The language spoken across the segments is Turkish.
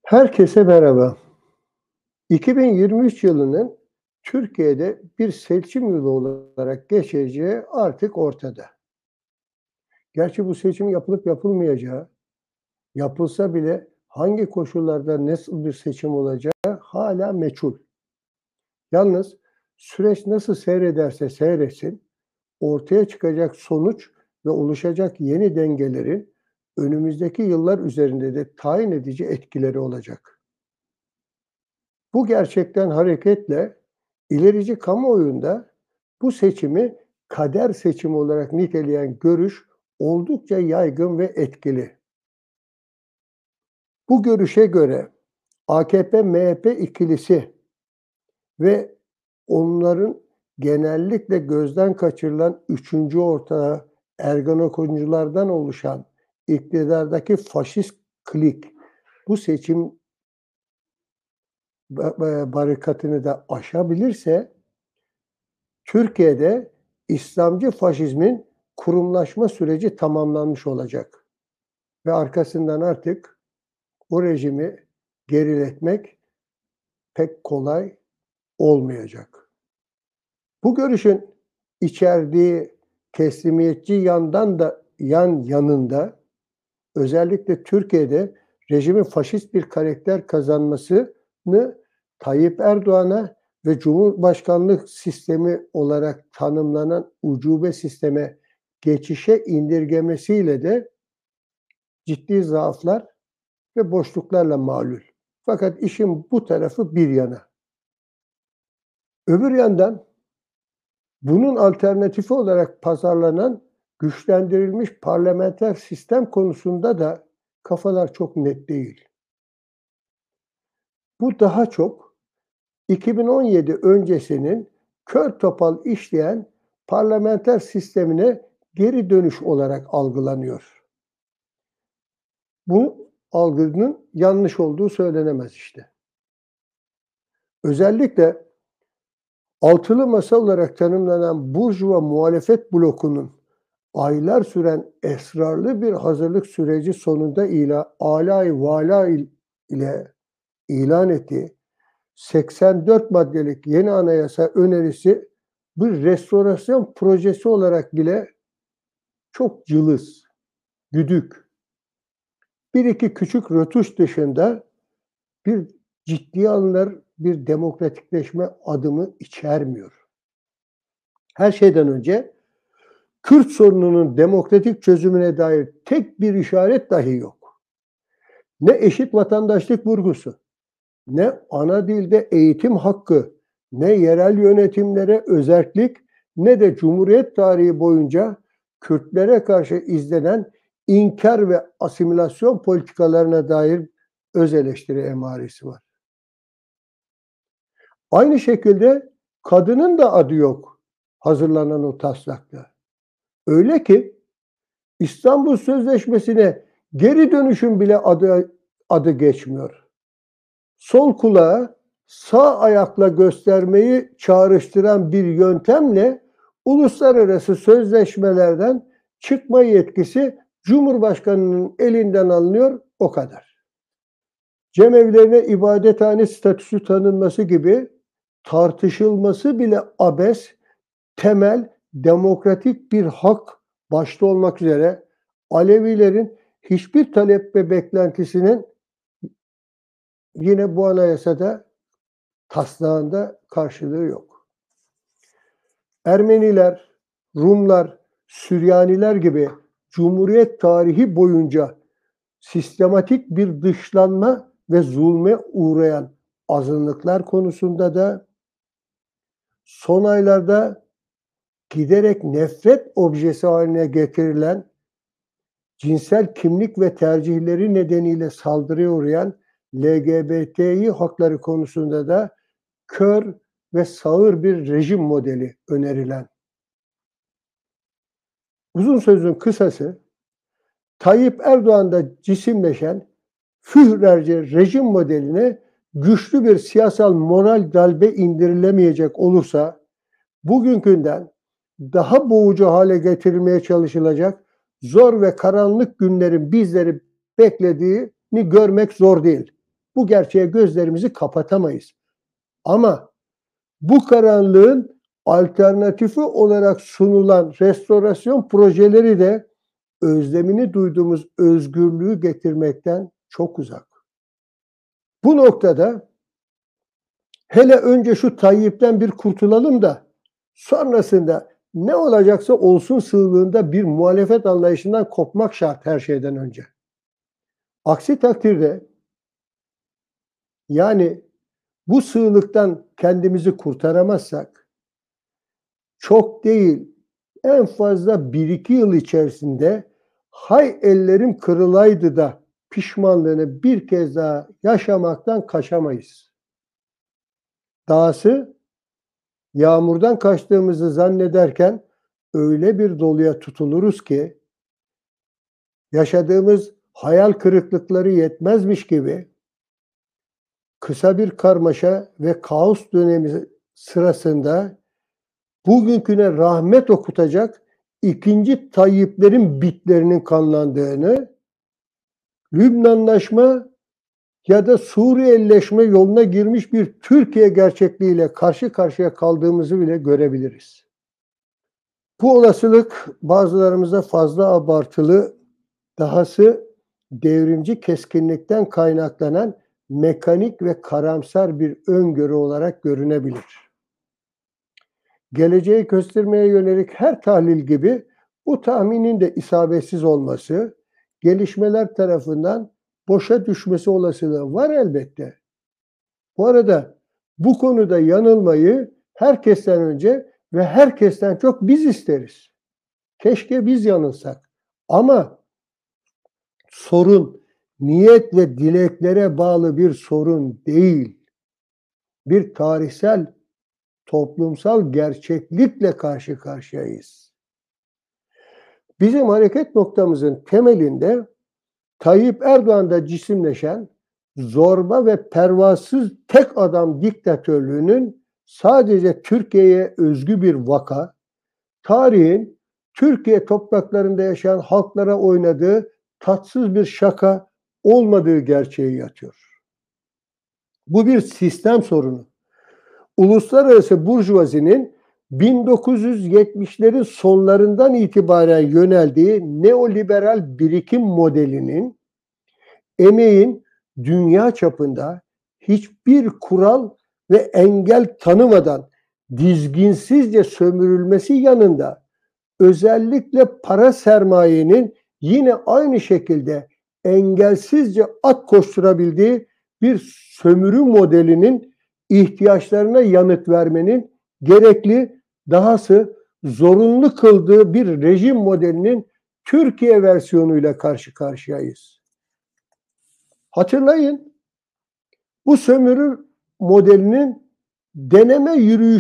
Herkese merhaba. 2023 yılının Türkiye'de bir seçim yılı olarak geçeceği artık ortada. Gerçi bu seçim yapılıp yapılmayacağı, yapılsa bile hangi koşullarda nasıl bir seçim olacağı hala meçhul. Yalnız süreç nasıl seyrederse seyretsin, ortaya çıkacak sonuç ve oluşacak yeni dengelerin önümüzdeki yıllar üzerinde de tayin edici etkileri olacak. Bu gerçekten hareketle ilerici kamuoyunda bu seçimi kader seçimi olarak niteleyen görüş oldukça yaygın ve etkili. Bu görüşe göre AKP-MHP ikilisi ve onların genellikle gözden kaçırılan üçüncü ortağı Ergenekonculardan oluşan iktidardaki faşist klik bu seçim barikatını da aşabilirse Türkiye'de İslamcı faşizmin kurumlaşma süreci tamamlanmış olacak ve arkasından artık o rejimi geriletmek pek kolay olmayacak. Bu görüşün içerdiği teslimiyetçi yanında özellikle Türkiye'de rejimin faşist bir karakter kazanmasını Tayyip Erdoğan'a ve Cumhurbaşkanlık sistemi olarak tanımlanan ucube sisteme geçişe indirgemesiyle de ciddi zaaflar ve boşluklarla malul. Fakat işin bu tarafı bir yana. Öbür yandan bunun alternatifi olarak pazarlanan güçlendirilmiş parlamenter sistem konusunda da kafalar çok net değil. Bu daha çok 2017 öncesinin kör topal işleyen parlamenter sistemine geri dönüş olarak algılanıyor. Bu algının yanlış olduğu söylenemez işte. Özellikle altılı masa olarak tanımlanan Burjuva muhalefet blokunun aylar süren esrarlı bir hazırlık süreci sonunda alay vala ile ilan ettiği 84 maddelik yeni anayasa önerisi bir restorasyon projesi olarak bile çok cılız, güdük. Bir iki küçük rötuş dışında bir ciddiye alınır bir demokratikleşme adımı içermiyor. Her şeyden önce Kürt sorununun demokratik çözümüne dair tek bir işaret dahi yok. Ne eşit vatandaşlık vurgusu, ne ana dilde eğitim hakkı, ne yerel yönetimlere özerklik, ne de Cumhuriyet tarihi boyunca Kürtlere karşı izlenen inkar ve asimilasyon politikalarına dair öz eleştiri emaresi var. Aynı şekilde kadının da adı yok hazırlanan o taslakta. Öyle ki İstanbul Sözleşmesi'ne geri dönüşün bile adı geçmiyor. Sol kulağı sağ ayakla göstermeyi çağrıştıran bir yöntemle uluslararası sözleşmelerden çıkma yetkisi Cumhurbaşkanı'nın elinden alınıyor, o kadar. Cemevlerine ibadethane statüsü tanınması gibi tartışılması bile abes, temel demokratik bir hak başta olmak üzere Alevilerin hiçbir talep ve beklentisinin yine bu anayasada taslağında karşılığı yok. Ermeniler, Rumlar, Süryaniler gibi Cumhuriyet tarihi boyunca sistematik bir dışlanma ve zulme uğrayan azınlıklar konusunda da son aylarda giderek nefret objesi haline getirilen, cinsel kimlik ve tercihleri nedeniyle saldırıya uğrayan LGBTİ hakları konusunda da kör ve sağır bir rejim modeli önerilen. Uzun sözün kısası, Tayyip Erdoğan'da cisimleşen Führerci rejim modeline güçlü bir siyasal moral darbe indirilemeyecek olursa bugünkünden daha boğucu hale getirilmeye çalışılacak zor ve karanlık günlerin bizleri beklediğini görmek zor değil. Bu gerçeğe gözlerimizi kapatamayız. Ama bu karanlığın alternatifi olarak sunulan restorasyon projeleri de özlemini duyduğumuz özgürlüğü getirmekten çok uzak. Bu noktada hele önce şu Tayyip'ten bir kurtulalım da sonrasında ne olacaksa olsun sığlığında bir muhalefet anlayışından kopmak şart her şeyden önce. Aksi takdirde yani bu sığlıktan kendimizi kurtaramazsak çok değil en fazla 1-2 yıl içerisinde hay ellerim kırılaydı da pişmanlığını bir kez daha yaşamaktan kaçamayız. Dahası yağmurdan kaçtığımızı zannederken öyle bir doluya tutuluruz ki yaşadığımız hayal kırıklıkları yetmezmiş gibi kısa bir karmaşa ve kaos dönemi sırasında bugünküne rahmet okutacak ikinci Tayyiplerin bitlerinin kanlandığını, Lübnanlaşma ya da Suriyelileşme yoluna girmiş bir Türkiye gerçekliğiyle karşı karşıya kaldığımızı bile görebiliriz. Bu olasılık bazılarımıza fazla abartılı, dahası devrimci keskinlikten kaynaklanan mekanik ve karamsar bir öngörü olarak görünebilir. Geleceği göstermeye yönelik her tahlil gibi bu tahminin de isabetsiz olması, gelişmeler tarafından boşa düşmesi olasılığı var elbette. Bu arada bu konuda yanılmayı herkesten önce ve herkesten çok biz isteriz. Keşke biz yanılsak. Ama sorun niyet ve dileklere bağlı bir sorun değil. Bir tarihsel, toplumsal gerçeklikle karşı karşıyayız. Bizim hareket noktamızın temelinde Tayyip Erdoğan'da cisimleşen zorba ve pervasız tek adam diktatörlüğünün sadece Türkiye'ye özgü bir vaka, tarihin Türkiye topraklarında yaşayan halklara oynadığı tatsız bir şaka olmadığı gerçeği yatıyor. Bu bir sistem sorunu. Uluslararası burjuvazinin 1970'lerin sonlarından itibaren yöneldiği neoliberal birikim modelinin emeğin dünya çapında hiçbir kural ve engel tanımadan dizginsizce sömürülmesi yanında özellikle para sermayenin yine aynı şekilde engelsizce at koşturabildiği bir sömürü modelinin ihtiyaçlarına yanıt vermenin gerekli, dahası zorunlu kıldığı bir rejim modelinin Türkiye versiyonuyla karşı karşıyayız. Hatırlayın, bu sömürü modelinin deneme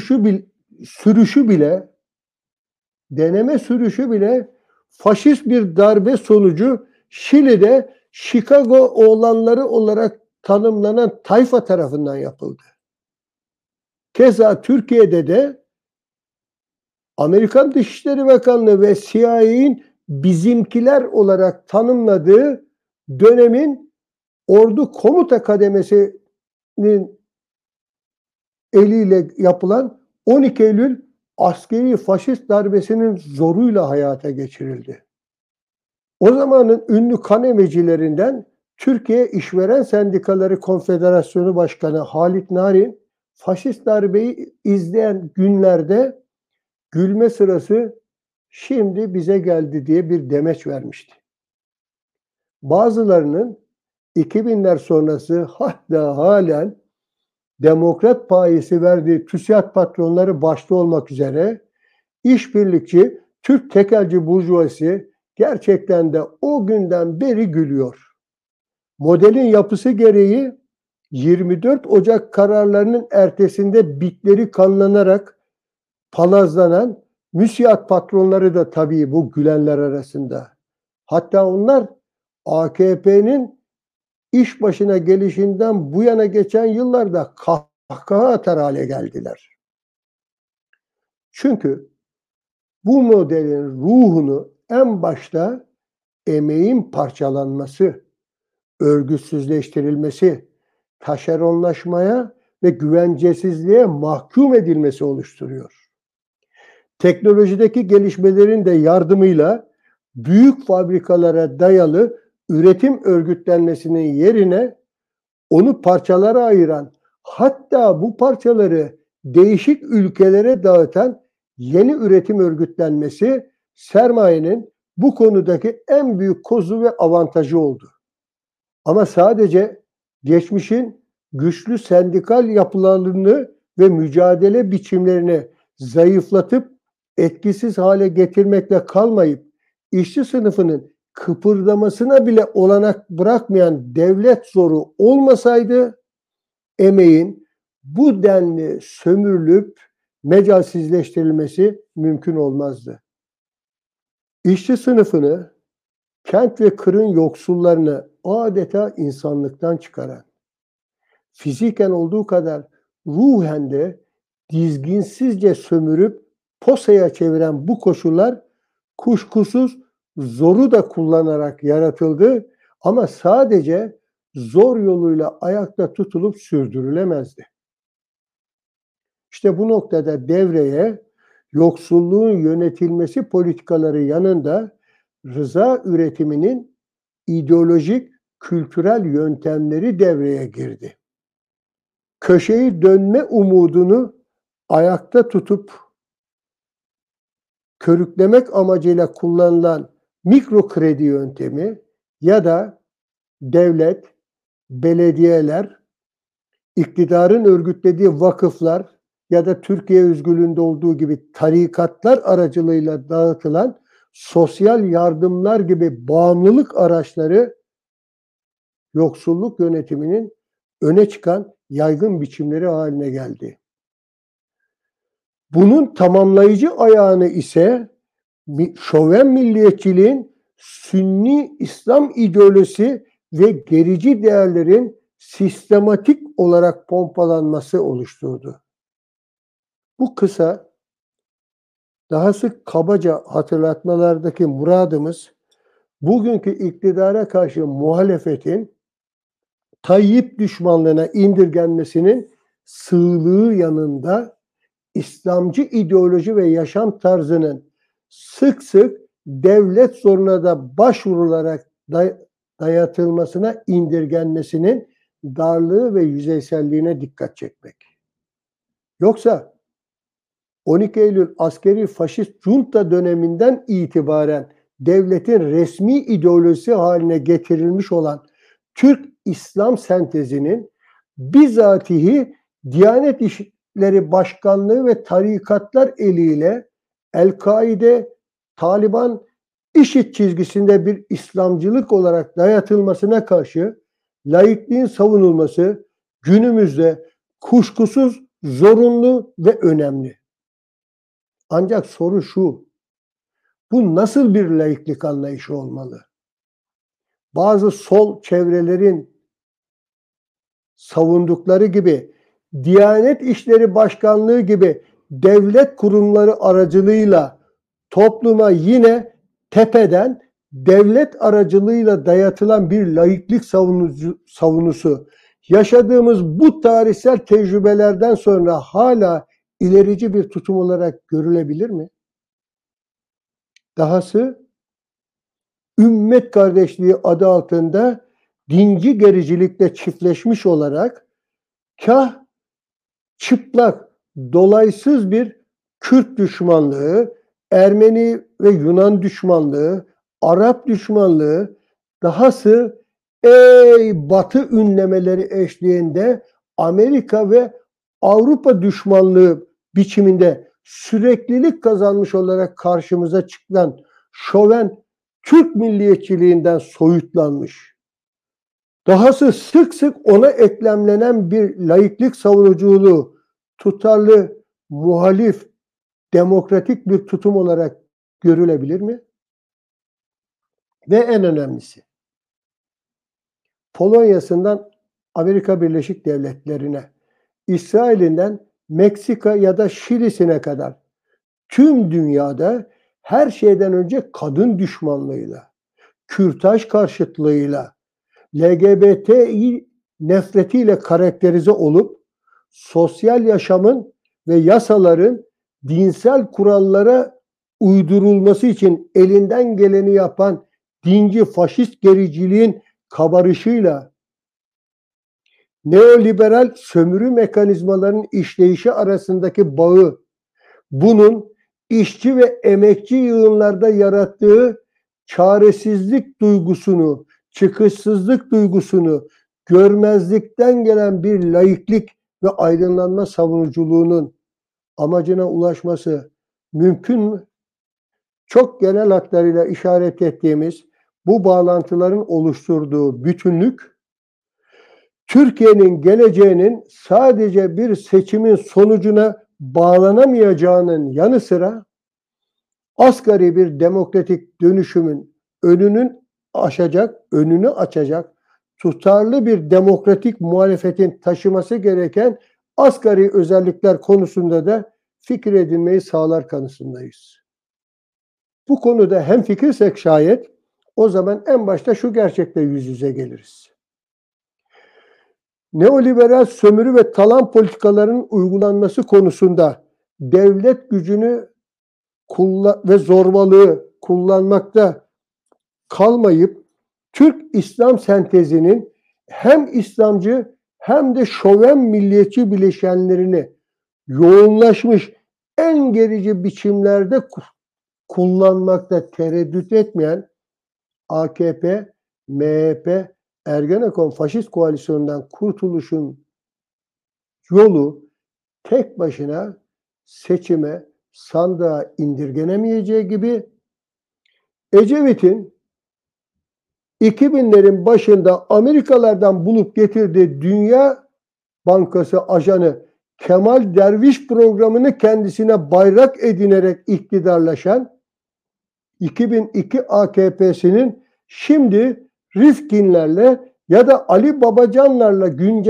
sürüşü bile faşist bir darbe sonucu Şili'de Chicago oğlanları olarak tanımlanan tayfa tarafından yapıldı. Keza Türkiye'de de Amerikan Dışişleri Bakanlığı ve CIA'nin bizimkiler olarak tanımladığı dönemin ordu komuta kademesinin eliyle yapılan 12 Eylül askeri faşist darbesinin zoruyla hayata geçirildi. O zamanın ünlü kan emicilerinden Türkiye İşveren Sendikaları Konfederasyonu Başkanı Halit Narin, faşist darbeyi izleyen günlerde gülme sırası şimdi bize geldi diye bir demeç vermişti. Bazılarının 2000'ler sonrası hatta halen demokrat payesi verdiği TÜSİAD patronları başta olmak üzere işbirlikçi Türk tekelci burjuvası gerçekten de o günden beri gülüyor. Modelin yapısı gereği 24 Ocak kararlarının ertesinde bitleri kanlanarak palazlanan müsiat patronları da tabii bu gülenler arasında. Hatta onlar AKP'nin iş başına gelişinden bu yana geçen yıllarda kahkaha atar hale geldiler. Çünkü bu modelin ruhunu en başta emeğin parçalanması, örgütsüzleştirilmesi, taşeronlaşmaya ve güvencesizliğe mahkum edilmesi oluşturuyor. Teknolojideki gelişmelerin de yardımıyla büyük fabrikalara dayalı üretim örgütlenmesinin yerine onu parçalara ayıran, hatta bu parçaları değişik ülkelere dağıtan yeni üretim örgütlenmesi sermayenin bu konudaki en büyük kozu ve avantajı oldu. Ama sadece geçmişin güçlü sendikal yapılarını ve mücadele biçimlerini zayıflatıp etkisiz hale getirmekle kalmayıp işçi sınıfının kıpırdamasına bile olanak bırakmayan devlet zoru olmasaydı emeğin bu denli sömürülüp mecalsizleştirilmesi mümkün olmazdı. İşçi sınıfını, kent ve kırın yoksullarını adeta insanlıktan çıkaran, fiziken olduğu kadar ruhen de dizginsizce sömürüp posaya çeviren bu koşullar kuşkusuz zoru da kullanarak yaratıldı ama sadece zor yoluyla ayakta tutulup sürdürülemezdi. İşte bu noktada devreye yoksulluğun yönetilmesi politikaları yanında rıza üretiminin ideolojik, kültürel yöntemleri devreye girdi. Köşeyi dönme umudunu ayakta tutup körüklemek amacıyla kullanılan mikro kredi yöntemi ya da devlet, belediyeler, iktidarın örgütlediği vakıflar ya da Türkiye özgürlüğünde olduğu gibi tarikatlar aracılığıyla dağıtılan sosyal yardımlar gibi bağımlılık araçları yoksulluk yönetiminin öne çıkan yaygın biçimleri haline geldi. Bunun tamamlayıcı ayağını ise şoven milliyetçiliğin Sünni İslam ideolojisi ve gerici değerlerin sistematik olarak pompalanması oluşturdu. Bu kısa, dahası kabaca hatırlatmalardaki muradımız, bugünkü iktidara karşı muhalefetin Tayyip düşmanlığına indirgenmesinin sığlığı yanında İslamcı ideoloji ve yaşam tarzının sık sık devlet zoruna da başvurularak dayatılmasına indirgenmesinin darlığı ve yüzeyselliğine dikkat çekmek. Yoksa 12 Eylül askeri faşist junta döneminden itibaren devletin resmi ideolojisi haline getirilmiş olan Türk İslam sentezinin bizatihi Diyanet İşleri Başkanlığı ve tarikatlar eliyle El-Kaide, Taliban, IŞİD çizgisinde bir İslamcılık olarak dayatılmasına karşı laikliğin savunulması günümüzde kuşkusuz zorunlu ve önemli. Ancak soru şu, bu nasıl bir laiklik anlayışı olmalı? Bazı sol çevrelerin savundukları gibi Diyanet İşleri Başkanlığı gibi devlet kurumları aracılığıyla topluma yine tepeden devlet aracılığıyla dayatılan bir laiklik savunusu yaşadığımız bu tarihsel tecrübelerden sonra hala ilerici bir tutum olarak görülebilir mi? Dahası ümmet kardeşliği adı altında dinci gericilikle çiftleşmiş olarak kah çıplak, dolaysız bir Kürt düşmanlığı, Ermeni ve Yunan düşmanlığı, Arap düşmanlığı, dahası ey Batı ünlemeleri eşliğinde Amerika ve Avrupa düşmanlığı biçiminde süreklilik kazanmış olarak karşımıza çıkan şoven Türk milliyetçiliğinden soyutlanmış. Dahası sık sık ona eklemlenen bir laiklik savunuculuğu tutarlı, muhalif, demokratik bir tutum olarak görülebilir mi? Ve en önemlisi, Polonya'sından Amerika Birleşik Devletleri'ne, İsrail'inden Meksika ya da Şili'sine kadar tüm dünyada her şeyden önce kadın düşmanlığıyla, kürtaj karşıtlığıyla, LGBTİ nefretiyle karakterize olup sosyal yaşamın ve yasaların dinsel kurallara uydurulması için elinden geleni yapan dinci faşist gericiliğin kabarışıyla neoliberal sömürü mekanizmalarının işleyişi arasındaki bağı, bunun işçi ve emekçi yığınlarda yarattığı çaresizlik duygusunu, çıkışsızlık duygusunu, görmezlikten gelen bir laiklik ve aydınlanma savunuculuğunun amacına ulaşması mümkün mü? Çok genel hatlarıyla işaret ettiğimiz bu bağlantıların oluşturduğu bütünlük, Türkiye'nin geleceğinin sadece bir seçimin sonucuna bağlanamayacağının yanı sıra asgari bir demokratik dönüşümün önünü açacak tutarlı bir demokratik muhalefetin taşıması gereken asgari özellikler konusunda da fikir edinmeyi sağlar kanısındayız. Bu konuda hemfikirsek şayet o zaman en başta şu gerçekle yüz yüze geliriz. Neoliberal sömürü ve talan politikalarının uygulanması konusunda devlet gücünü ve zorbalığı kullanmakta kalmayıp Türk İslam sentezinin hem İslamcı hem de şoven milliyetçi bileşenlerini yoğunlaşmış en gerici biçimlerde kullanmakta tereddüt etmeyen AKP, MHP, Ergenekon faşist koalisyonundan kurtuluşun yolu tek başına seçime, sandığa indirgenemeyeceği gibi Ecevit'in 2000'lerin başında Amerikalardan bulup getirdiği Dünya Bankası ajanı Kemal Derviş programını kendisine bayrak edinerek iktidarlaşan 2002 AKP'sinin şimdi Rifkinlerle ya da Ali Babacanlarla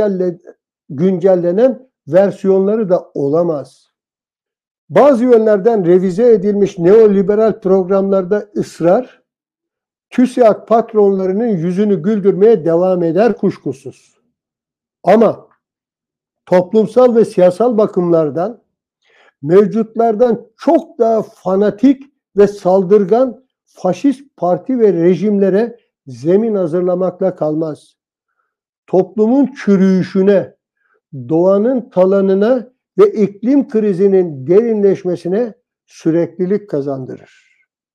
güncellenen versiyonları da olamaz. Bazı yönlerden revize edilmiş neoliberal programlarda ısrar, TÜSİAD patronlarının yüzünü güldürmeye devam eder kuşkusuz. Ama toplumsal ve siyasal bakımlardan mevcutlardan çok daha fanatik ve saldırgan faşist parti ve rejimlere zemin hazırlamakla kalmaz. Toplumun çürüyüşüne, doğanın talanına ve iklim krizinin derinleşmesine süreklilik kazandırır.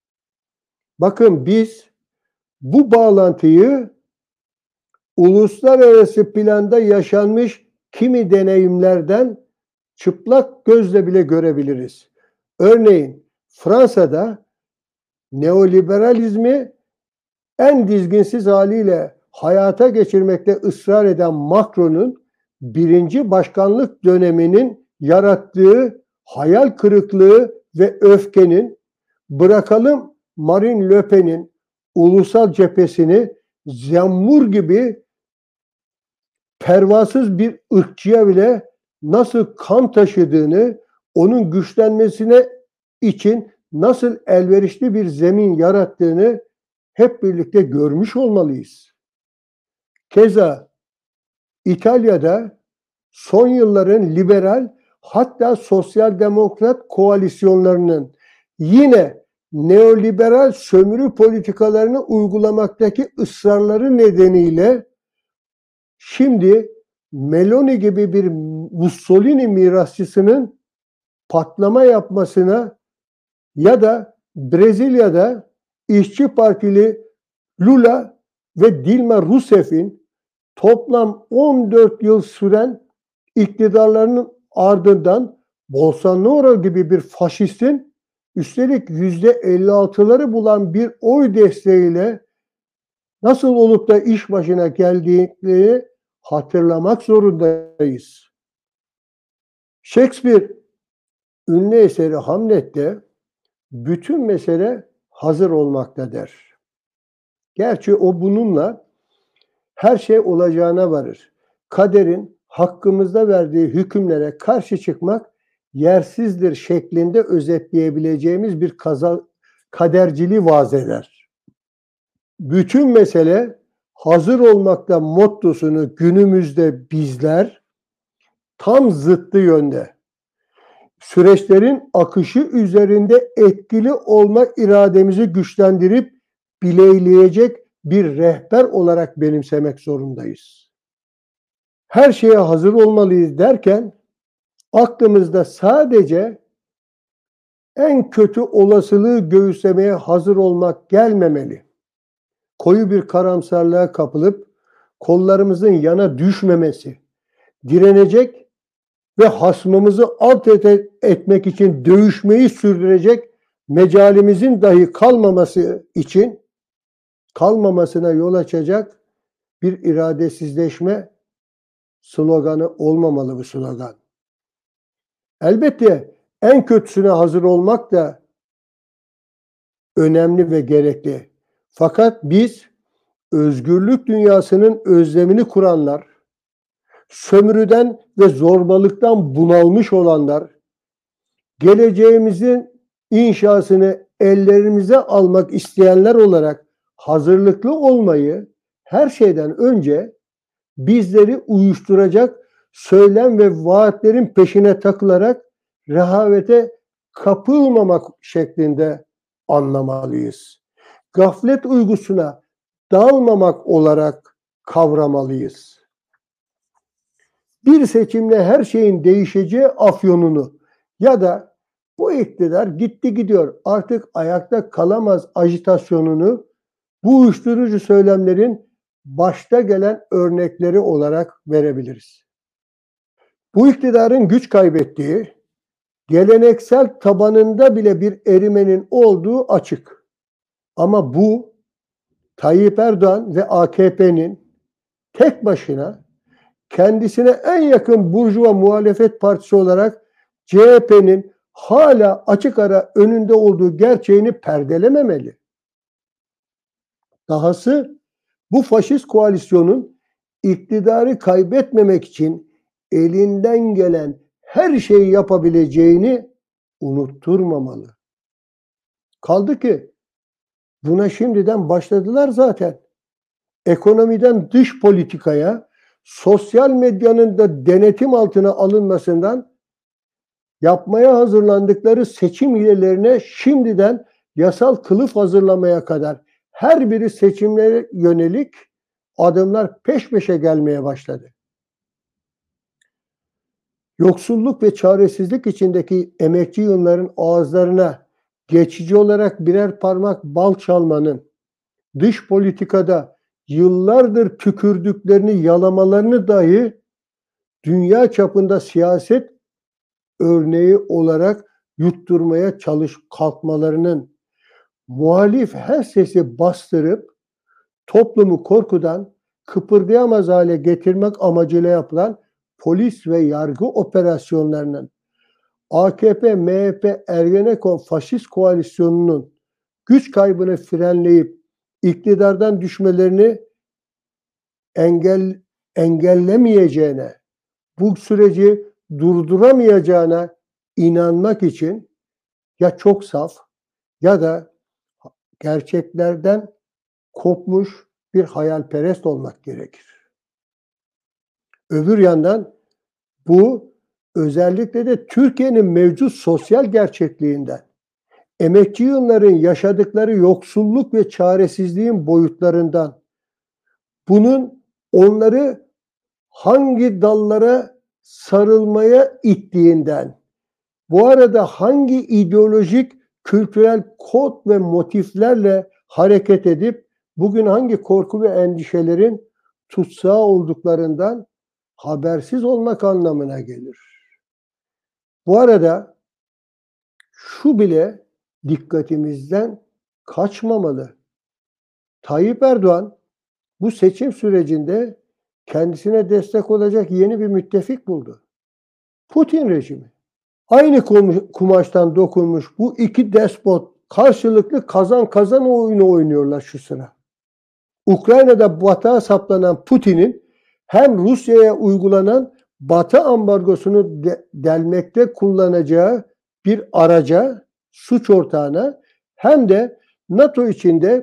Bakın biz bu bağlantıyı uluslararası planda yaşanmış kimi deneyimlerden çıplak gözle bile görebiliriz. Örneğin Fransa'da neoliberalizmi en dizginsiz haliyle hayata geçirmekte ısrar eden Macron'un birinci başkanlık döneminin yarattığı hayal kırıklığı ve öfkenin bırakalım Marine Le Pen'in ulusal cephesini Zemmour gibi pervasız bir ırkçıya bile nasıl kan taşıdığını, onun güçlenmesine için nasıl elverişli bir zemin yarattığını hep birlikte görmüş olmalıyız. Keza İtalya'da son yılların liberal hatta sosyal demokrat koalisyonlarının yine neoliberal sömürü politikalarını uygulamaktaki ısrarları nedeniyle şimdi Meloni gibi bir Mussolini mirasçısının patlama yapmasına ya da Brezilya'da İşçi Partili Lula ve Dilma Rousseff'in toplam 14 yıl süren iktidarlarının ardından Bolsonaro gibi bir faşistin üstelik %56'ları bulan bir oy desteğiyle nasıl olup da iş başına geldiğini hatırlamak zorundayız. Shakespeare ünlü eseri Hamlet'te bütün mesele hazır olmakta der. Gerçi o bununla her şey olacağına varır. Kaderin hakkımızda verdiği hükümlere karşı çıkmak yersizdir şeklinde özetleyebileceğimiz bir kaderciliği vaaz eder. Bütün mesele hazır olmakta mottosunu günümüzde bizler tam zıttı yönde süreçlerin akışı üzerinde etkili olma irademizi güçlendirip bileyleyecek bir rehber olarak benimsemek zorundayız. Her şeye hazır olmalıyız derken aklımızda sadece en kötü olasılığı göğüslemeye hazır olmak gelmemeli. Koyu bir karamsarlığa kapılıp kollarımızın yana düşmemesi, direnecek ve hasmımızı alt etmek için dövüşmeyi sürdürecek mecalimizin dahi kalmamasına yol açacak bir iradesizleşme sloganı olmamalı bu slogan. Elbette en kötüsüne hazır olmak da önemli ve gerekli. Fakat biz özgürlük dünyasının özlemini kuranlar, sömürüden ve zorbalıktan bunalmış olanlar, geleceğimizin inşasını ellerimize almak isteyenler olarak hazırlıklı olmayı her şeyden önce bizleri uyuşturacak söylem ve vaatlerin peşine takılarak rehavete kapılmamak şeklinde anlamalıyız. Gaflet uygusuna dalmamak olarak kavramalıyız. Bir seçimle her şeyin değişeceği afyonunu ya da bu iktidar gitti gidiyor artık ayakta kalamaz ajitasyonunu bu uyuşturucu söylemlerin başta gelen örnekleri olarak verebiliriz. Bu iktidarın güç kaybettiği, geleneksel tabanında bile bir erimenin olduğu açık. Ama bu Tayyip Erdoğan ve AKP'nin tek başına kendisine en yakın burjuva muhalefet partisi olarak CHP'nin hala açık ara önünde olduğu gerçeğini perdelememeli. Dahası bu faşist koalisyonun iktidarı kaybetmemek için elinden gelen her şeyi yapabileceğini unutturmamalı. Kaldı ki buna şimdiden başladılar zaten. Ekonomiden dış politikaya, sosyal medyanın da denetim altına alınmasından yapmaya hazırlandıkları seçim hilelerine şimdiden yasal kılıf hazırlamaya kadar her biri seçimlere yönelik adımlar peş peşe gelmeye başladı. Yoksulluk ve çaresizlik içindeki emekçi yığınların ağızlarına geçici olarak birer parmak bal çalmanın, dış politikada yıllardır tükürdüklerini yalamalarını dahi dünya çapında siyaset örneği olarak yutturmaya kalkmalarının muhalif her sesi bastırıp toplumu korkudan kıpırdayamaz hale getirmek amacıyla yapılan polis ve yargı operasyonlarının AKP, MHP, Ergenekon faşist koalisyonunun güç kaybını frenleyip iktidardan düşmelerini engellemeyeceğine, bu süreci durduramayacağına inanmak için ya çok saf ya da gerçeklerden kopmuş bir hayalperest olmak gerekir. Öbür yandan bu özellikle de Türkiye'nin mevcut sosyal gerçekliğinden, emekçi yığınların yaşadıkları yoksulluk ve çaresizliğin boyutlarından, bunun onları hangi dallara sarılmaya ittiğinden, bu arada hangi ideolojik, kültürel kod ve motiflerle hareket edip bugün hangi korku ve endişelerin tutsağı olduklarından habersiz olmak anlamına gelir. Bu arada şu bile dikkatimizden kaçmamalı. Tayyip Erdoğan bu seçim sürecinde kendisine destek olacak yeni bir müttefik buldu. Putin rejimi. Aynı kumaştan dokunmuş bu iki despot karşılıklı kazan kazan oyunu oynuyorlar şu sıra. Ukrayna'da batağa saplanan Putin'in hem Rusya'ya uygulanan Batı ambargosunu delmekte kullanacağı bir araca, suç ortağına hem de NATO içinde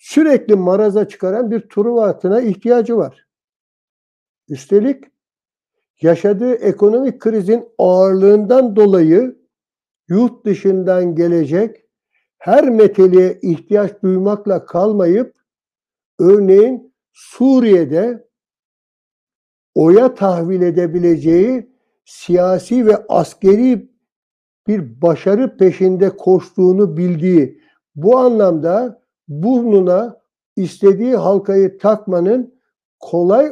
sürekli maraza çıkaran bir Truva atına ihtiyacı var. Üstelik yaşadığı ekonomik krizin ağırlığından dolayı yurt dışından gelecek her meteliğe ihtiyaç duymakla kalmayıp, örneğin Suriye'de oya tahvil edebileceği siyasi ve askeri bir başarı peşinde koştuğunu bildiği, bu anlamda burnuna istediği halkayı takmanın kolay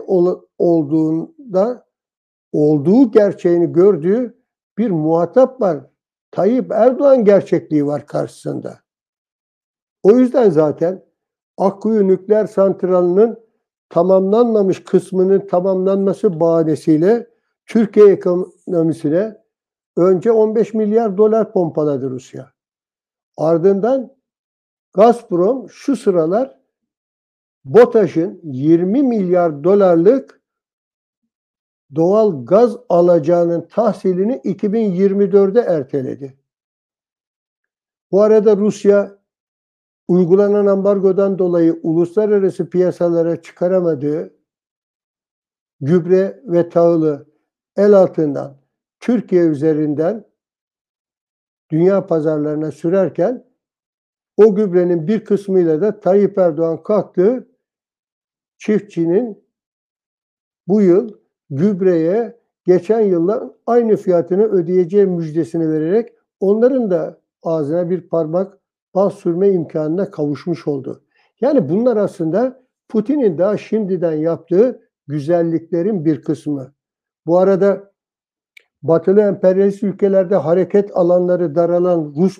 olduğu gerçeğini gördüğü bir muhatap var. Tayyip Erdoğan gerçekliği var karşısında. O yüzden zaten Akkuyu Nükleer Santralı'nın tamamlanmamış kısmının tamamlanması bahanesiyle Türkiye ekonomisine önce 15 milyar dolar pompaladı Rusya. Ardından Gazprom şu sıralar BOTAŞ'ın 20 milyar dolarlık doğal gaz alacağının tahsilini 2024'e erteledi. Bu arada Rusya uygulanan ambargodan dolayı uluslararası piyasalara çıkaramadığı gübre ve tahılı el altından Türkiye üzerinden dünya pazarlarına sürerken o gübrenin bir kısmıyla da Tayyip Erdoğan kalktı, çiftçinin bu yıl gübreye geçen yılla aynı fiyatını ödeyeceği müjdesini vererek onların da ağzına bir parmak bal sürme imkanına kavuşmuş oldu. Yani bunlar aslında Putin'in daha şimdiden yaptığı güzelliklerin bir kısmı. Bu arada Batılı emperyalist ülkelerde hareket alanları daralan Rus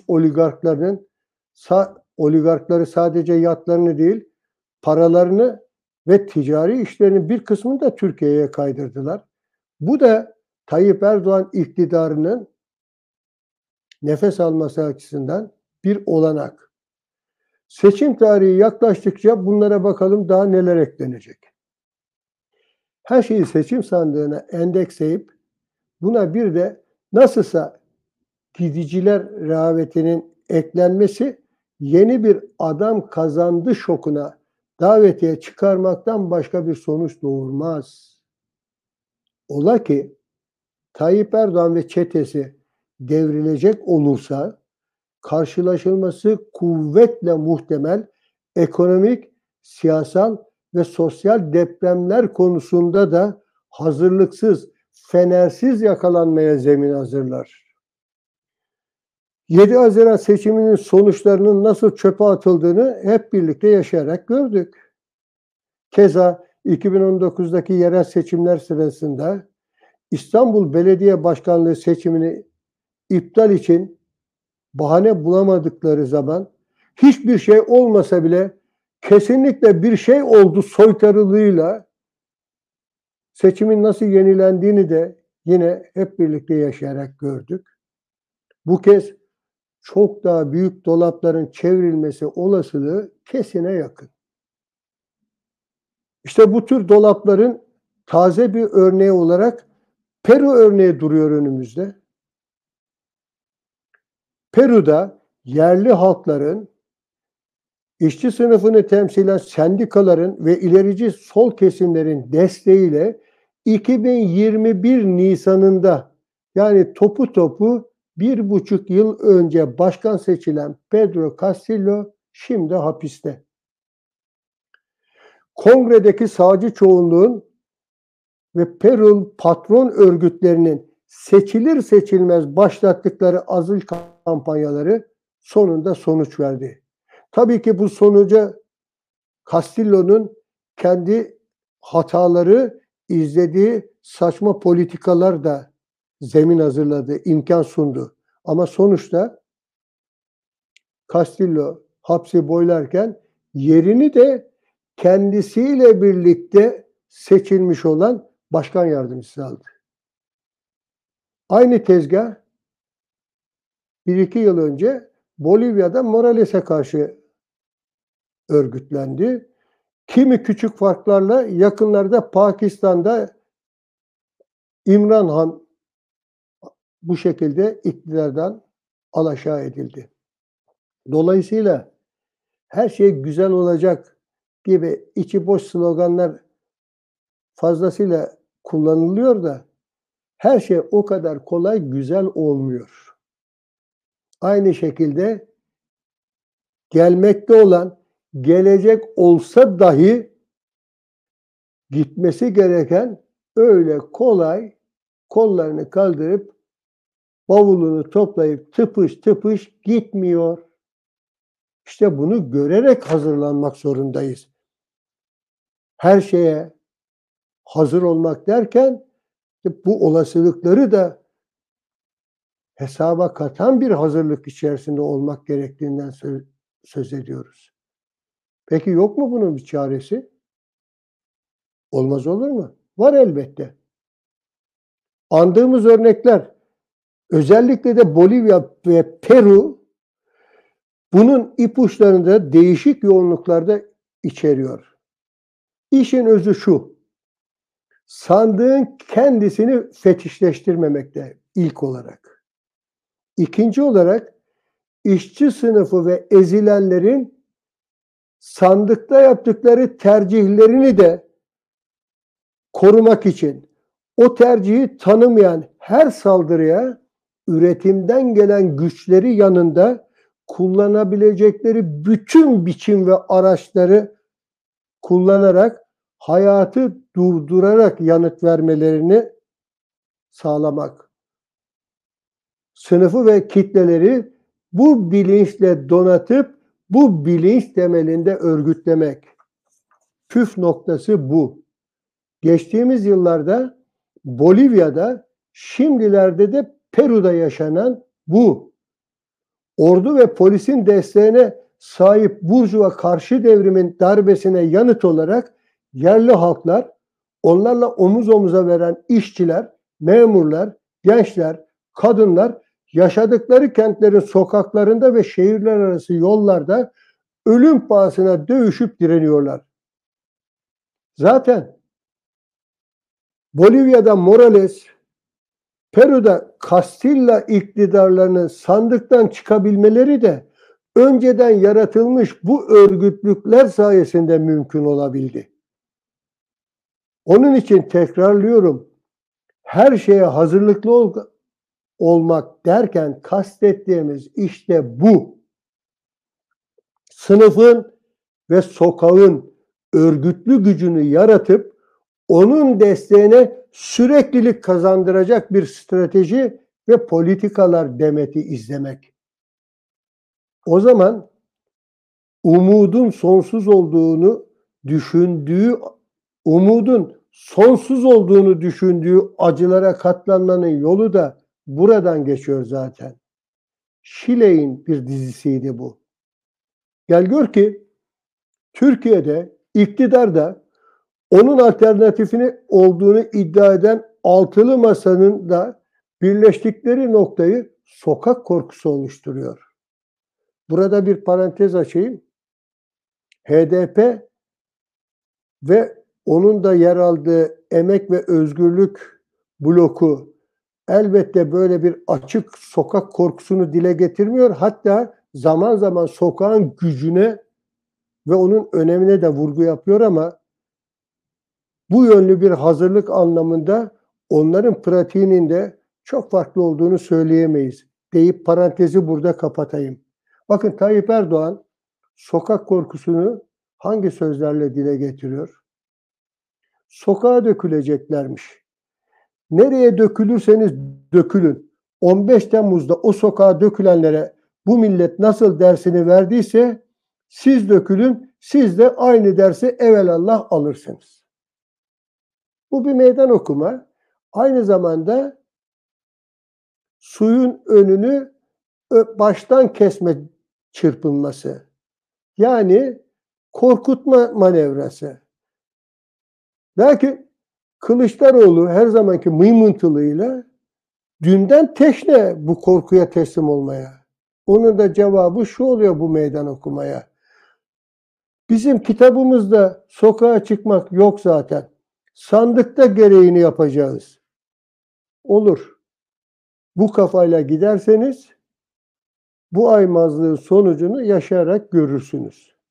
oligarkları sadece yatlarını değil, paralarını ve ticari işlerinin bir kısmını da Türkiye'ye kaydırdılar. Bu da Tayyip Erdoğan iktidarının nefes alması açısından bir olanak. Seçim tarihi yaklaştıkça bunlara bakalım daha neler eklenecek. Her şeyi seçim sandığına endeksleyip buna bir de nasılsa gidiciler rehavetinin eklenmesi yeni bir adam kazandı şokuna davetiye çıkarmaktan başka bir sonuç doğurmaz. Ola ki Tayyip Erdoğan ve çetesi devrilecek olursa karşılaşılması kuvvetle muhtemel ekonomik, siyasal ve sosyal depremler konusunda da hazırlıksız, fenersiz yakalanmaya zemin hazırlar. 7 Haziran seçiminin sonuçlarının nasıl çöpe atıldığını hep birlikte yaşayarak gördük. Keza 2019'daki yerel seçimler sırasında İstanbul Belediye Başkanlığı seçimini iptal için bahane bulamadıkları zaman hiçbir şey olmasa bile kesinlikle bir şey oldu soytarılığıyla seçimin nasıl yenilendiğini de yine hep birlikte yaşayarak gördük. Bu kez çok daha büyük dolapların çevrilmesi olasılığı kesine yakın. İşte bu tür dolapların taze bir örneği olarak Peru örneği duruyor önümüzde. Peru'da yerli halkların, işçi sınıfını temsilen sendikaların ve ilerici sol kesimlerin desteğiyle 2021 Nisan'ında yani topu 1,5 yıl önce başkan seçilen Pedro Castillo şimdi hapiste. Kongredeki sağcı çoğunluğun ve Peru patron örgütlerinin seçilir seçilmez başlattıkları azıl kampanyaları sonunda sonuç verdi. Tabii ki bu sonuca Castillo'nun kendi hataları, izlediği saçma politikalar da zemin hazırladı, imkan sundu. Ama sonuçta Castillo hapsi boylarken yerini de kendisiyle birlikte seçilmiş olan başkan yardımcısı aldı. Aynı tezgah 1-2 yıl önce Bolivya'da Morales'e karşı örgütlendi. Kimi küçük farklarla yakınlarda Pakistan'da İmran Han bu şekilde iktidardan alaşağı edildi. Dolayısıyla her şey güzel olacak gibi içi boş sloganlar fazlasıyla kullanılıyor da her şey o kadar kolay güzel olmuyor. Aynı şekilde gelmekte olan, gelecek olsa dahi gitmesi gereken öyle kolay kollarını kaldırıp bavulunu toplayıp tıpış tıpış gitmiyor. İşte bunu görerek hazırlanmak zorundayız. Her şeye hazır olmak derken bu olasılıkları da hesaba katan bir hazırlık içerisinde olmak gerektiğinden söz ediyoruz. Peki yok mu bunun bir çaresi? Olmaz olur mu? Var elbette. Andığımız örnekler, özellikle de Bolivya ve Peru bunun ipuçlarını da değişik yoğunluklarda içeriyor. İşin özü şu: sandığın kendisini fetişleştirmemekte ilk olarak. İkinci olarak işçi sınıfı ve ezilenlerin sandıkta yaptıkları tercihlerini de korumak için o tercihi tanımayan her saldırıya üretimden gelen güçleri yanında kullanabilecekleri bütün biçim ve araçları kullanarak hayatı durdurarak yanıt vermelerini sağlamak. Sınıfı ve kitleleri bu bilinçle donatıp bu bilinç temelinde örgütlemek. Püf noktası bu. Geçtiğimiz yıllarda Bolivya'da, şimdilerde de Peru'da yaşanan bu. Ordu ve polisin desteğine sahip Burjuva karşı devrimin darbesine yanıt olarak yerli halklar, onlarla omuz omuza veren işçiler, memurlar, gençler, kadınlar yaşadıkları kentlerin sokaklarında ve şehirler arası yollarda ölüm pahasına dövüşüp direniyorlar. Zaten Bolivya'da Morales, Peru'da Castilla iktidarlarının sandıktan çıkabilmeleri de önceden yaratılmış bu örgütlükler sayesinde mümkün olabildi. Onun için tekrarlıyorum, her şeye hazırlıklı olmak derken kastettiğimiz işte bu. Sınıfın ve sokağın örgütlü gücünü yaratıp onun desteğine süreklilik kazandıracak bir strateji ve politikalar demeti izlemek. O zaman umudun sonsuz olduğunu düşündüğü acılara katlanmanın yolu da buradan geçiyor zaten. Schiller'in bir dizisiydi bu. Gel gör ki Türkiye'de iktidarda onun alternatifini olduğunu iddia eden altılı masanın da birleştikleri noktayı sokak korkusu oluşturuyor. Burada bir parantez açayım. HDP ve onun da yer aldığı Emek ve Özgürlük bloku elbette böyle bir açık sokak korkusunu dile getirmiyor. Hatta zaman zaman sokağın gücüne ve onun önemine de vurgu yapıyor ama bu yönlü bir hazırlık anlamında onların pratiğinin de çok farklı olduğunu söyleyemeyiz deyip parantezi burada kapatayım. Bakın Tayyip Erdoğan sokak korkusunu hangi sözlerle dile getiriyor? Sokağa döküleceklermiş. Nereye dökülürseniz dökülün. 15 Temmuz'da o sokağa dökülenlere bu millet nasıl dersini verdiyse siz dökülün, siz de aynı dersi evelallah alırsınız. Bu bir meydan okuma. Aynı zamanda suyun önünü baştan kesme çırpınması. Yani korkutma manevrası. Belki Kılıçdaroğlu her zamanki mıymıntılığıyla dünden teşne bu korkuya teslim olmaya. Onun da cevabı şu oluyor bu meydan okumaya. Bizim kitabımızda sokağa çıkmak yok zaten. Sandıkta gereğini yapacağız. Olur. Bu kafayla giderseniz bu aymazlığın sonucunu yaşayarak görürsünüz.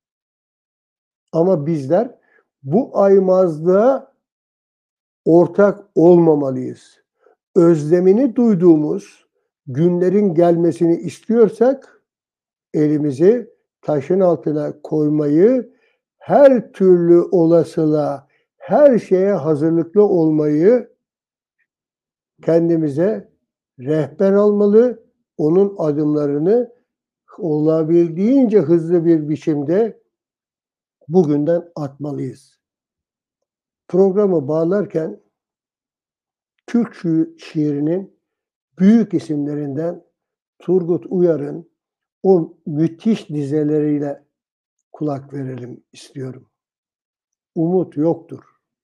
Ama bizler bu aymazlığa ortak olmamalıyız. Özlemini duyduğumuz günlerin gelmesini istiyorsak elimizi taşın altına koymayı, her türlü olasılığa, her şeye hazırlıklı olmayı kendimize rehber almalı, onun adımlarını olabildiğince hızlı bir biçimde bugünden atmalıyız. Programı bağlarken Türk şiirinin büyük isimlerinden Turgut Uyar'ın o müthiş dizeleriyle kulak verelim istiyorum. Umut yoktur.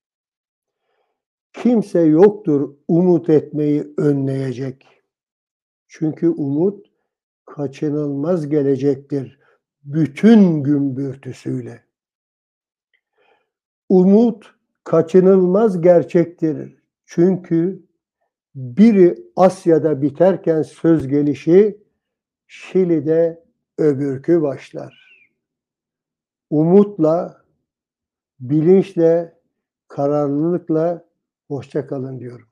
Kimse yoktur umut etmeyi önleyecek. Çünkü umut kaçınılmaz gelecektir bütün gümbürtüsüyle. Umut kaçınılmaz gerçektir. Çünkü biri Asya'da biterken söz gelişi Şili'de öbürkü başlar. Umutla, bilinçle, kararlılıkla hoşça kalın diyorum.